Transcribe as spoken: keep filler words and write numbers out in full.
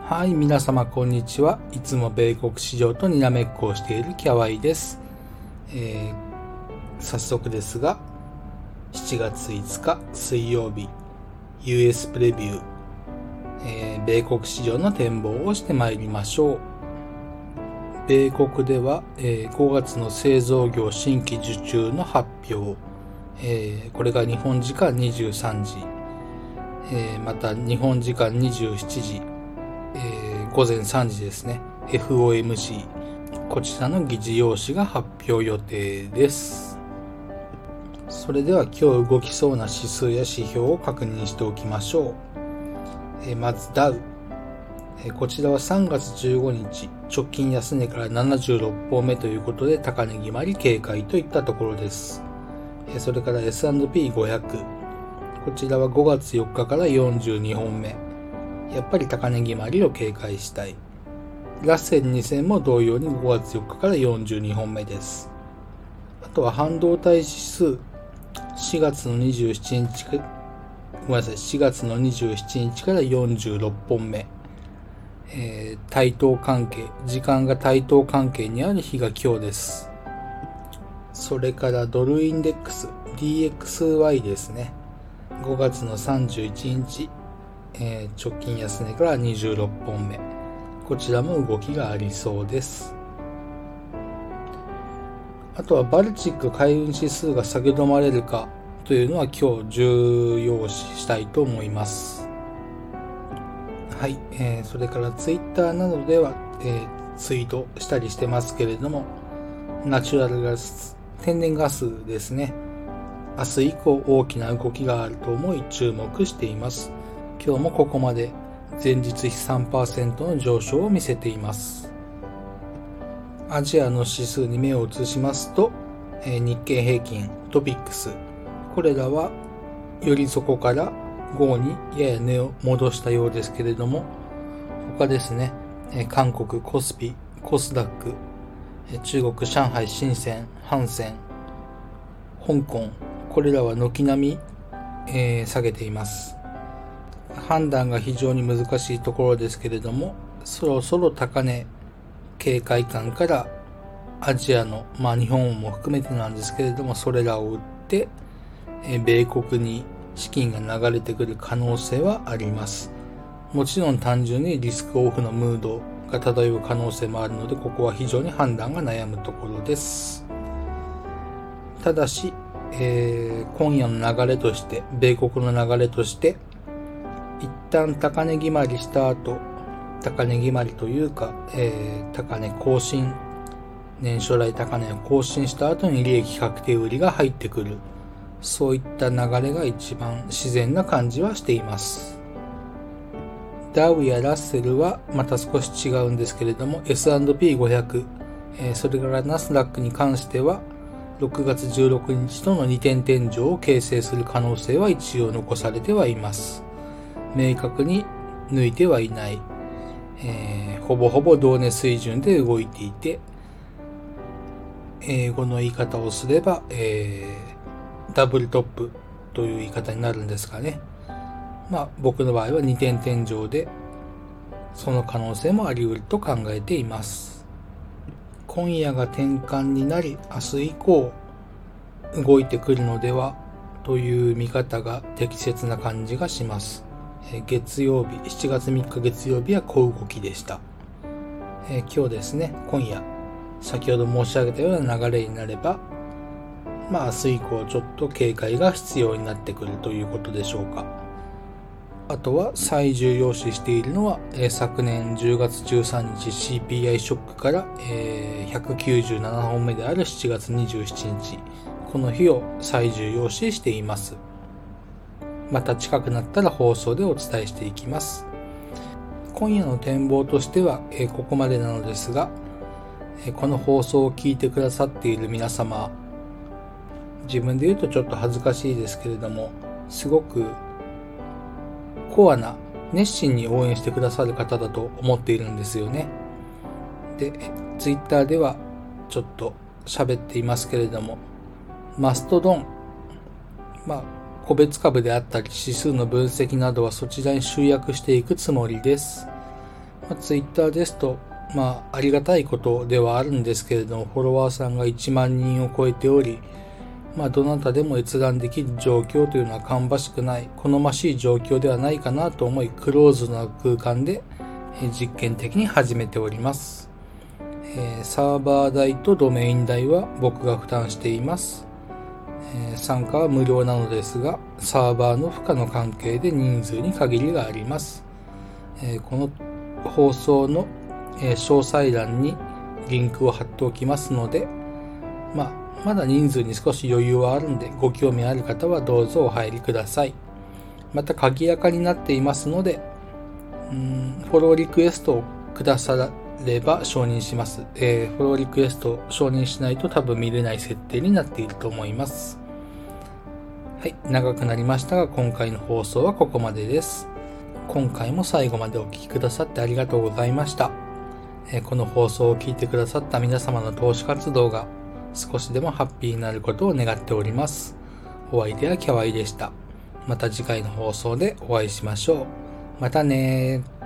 はい、皆様こんにちは。いつも米国市場とにらめっこをしているキャワイです。えー、早速ですが、しちがついつか水曜日、ユーエス プレビュー、えー、米国市場の展望をしてまいりましょう。米国では、えー、ごがつの製造業新規受注の発表、えー、これが日本時間にじゅうさんじ、えー、また日本時間にじゅうしちじ、えー、ごぜんさんじですね。エフオーエムシー こちらの議事要旨が発表予定です。それでは今日動きそうな指数や指標を確認しておきましょう。えー、まずダウ、えー、こちらはさんがつじゅうごにち直近安値からななじゅうろっぽんめということで高値決まり警戒といったところです。えー、それから エスアンドピーごひゃく、 こちらはごがつよっかからよんじゅうにほんめ、やっぱり高値決まりを警戒したい。ラッセルにせんも同様にごがつよっかからよんじゅうにほんめです。あとは半導体指数、しがつのにじゅうしちにちごめんなさいしがつのにじゅうしちにちからよんじゅうろっぽんめ、えー、対等関係、時間が対等関係にある日が今日です。それからドルインデックス ディーエックスワイ ですね。ごがつのさんじゅういちにち、えー、直近安値からにじゅうろっぽんめ、こちらも動きがありそうです。あとはバルチック海運指数が下げ止まれるかというのは今日重要視したいと思います。はい、えー、それからツイッターなどでは、えー、ツイートしたりしてますけれども、ナチュラルガス、天然ガスですね。明日以降大きな動きがあると思い注目しています。今日もここまで前日比 さんパーセント の上昇を見せています。アジアの指数に目を移しますと、えー、日経平均、トピックス、これらはより底から午後にやや値を戻したようですけれども、他ですね、えー、韓国コスピ、コスダック、えー、中国上海深セン、ハンセン、香港、これらは軒並み、えー、下げています。判断が非常に難しいところですけれども、そろそろ高値警戒感からアジアの、まあ日本も含めてなんですけれども、それらを売って、え米国に資金が流れてくる可能性はあります。もちろん単純にリスクオフのムードが漂う可能性もあるので、ここは非常に判断が悩むところです。ただし、えー、今夜の流れとして、米国の流れとして、一旦高値決まりした後、高値決まりというか、えー、高値更新、年初来高値を更新した後に利益確定売りが入ってくる、そういった流れが一番自然な感じはしています。ダウやラッセルはまた少し違うんですけれども、 エスアンドピーごひゃく、えー、それからナスダックに関してはろくがつじゅうろくにちとのにてん天井を形成する可能性は一応残されてはいます。明確に抜いてはいない、えー、ほぼほぼ同値水準で動いていて、英語の言い方をすれば、えー、ダブルトップという言い方になるんですかね。まあ僕の場合はにてん天井でその可能性もあり得ると考えています。今夜が転換になり明日以降動いてくるのではという見方が適切な感じがします。月曜日、しちがつみっか月曜日は小動きでした。えー、今日ですね、今夜、先ほど申し上げたような流れになれば、まあ明日以降ちょっと警戒が必要になってくるということでしょうか。あとは最重要視しているのは、えー、昨年じゅうがつじゅうさんにち シーピーアイ ショックから、えー、ひゃくきゅうじゅうななほんめであるしちがつにじゅうしちにち、この日を最重要視しています。また近くなったら放送でお伝えしていきます。今夜の展望としては、えー、ここまでなのですが、えー、この放送を聞いてくださっている皆様、自分で言うとちょっと恥ずかしいですけれども、すごくコアな熱心に応援してくださる方だと思っているんですよね。で、ツイッターではちょっと喋っていますけれども、マストドン、まあ個別株であったり指数の分析などはそちらに集約していくつもりです。 まあ、Twitter ですと、まあ、ありがたいことではあるんですけれども、フォロワーさんがいちまんにんを超えており、まあ、どなたでも閲覧できる状況というのは芳しくない、好ましい状況ではないかなと思い、クローズな空間で実験的に始めております。えー、サーバー代とドメイン代は僕が負担しています。えー、参加は無料なのですが、サーバーの負荷の関係で人数に限りがあります。えー、この放送の、えー、詳細欄にリンクを貼っておきますので、まあ、まだ人数に少し余裕はあるので、ご興味ある方はどうぞお入りください。また、鍵垢になっていますので、うーんフォローリクエストをくだされば承認します。えー、フォローリクエストを承認しないと多分見れない設定になっていると思います。はい、長くなりましたが、今回の放送はここまでです。今回も最後までお聞きくださってありがとうございました。えー、この放送を聞いてくださった皆様の投資活動が少しでもハッピーになることを願っております。お相手はキャワイでした。また次回の放送でお会いしましょう。またねー。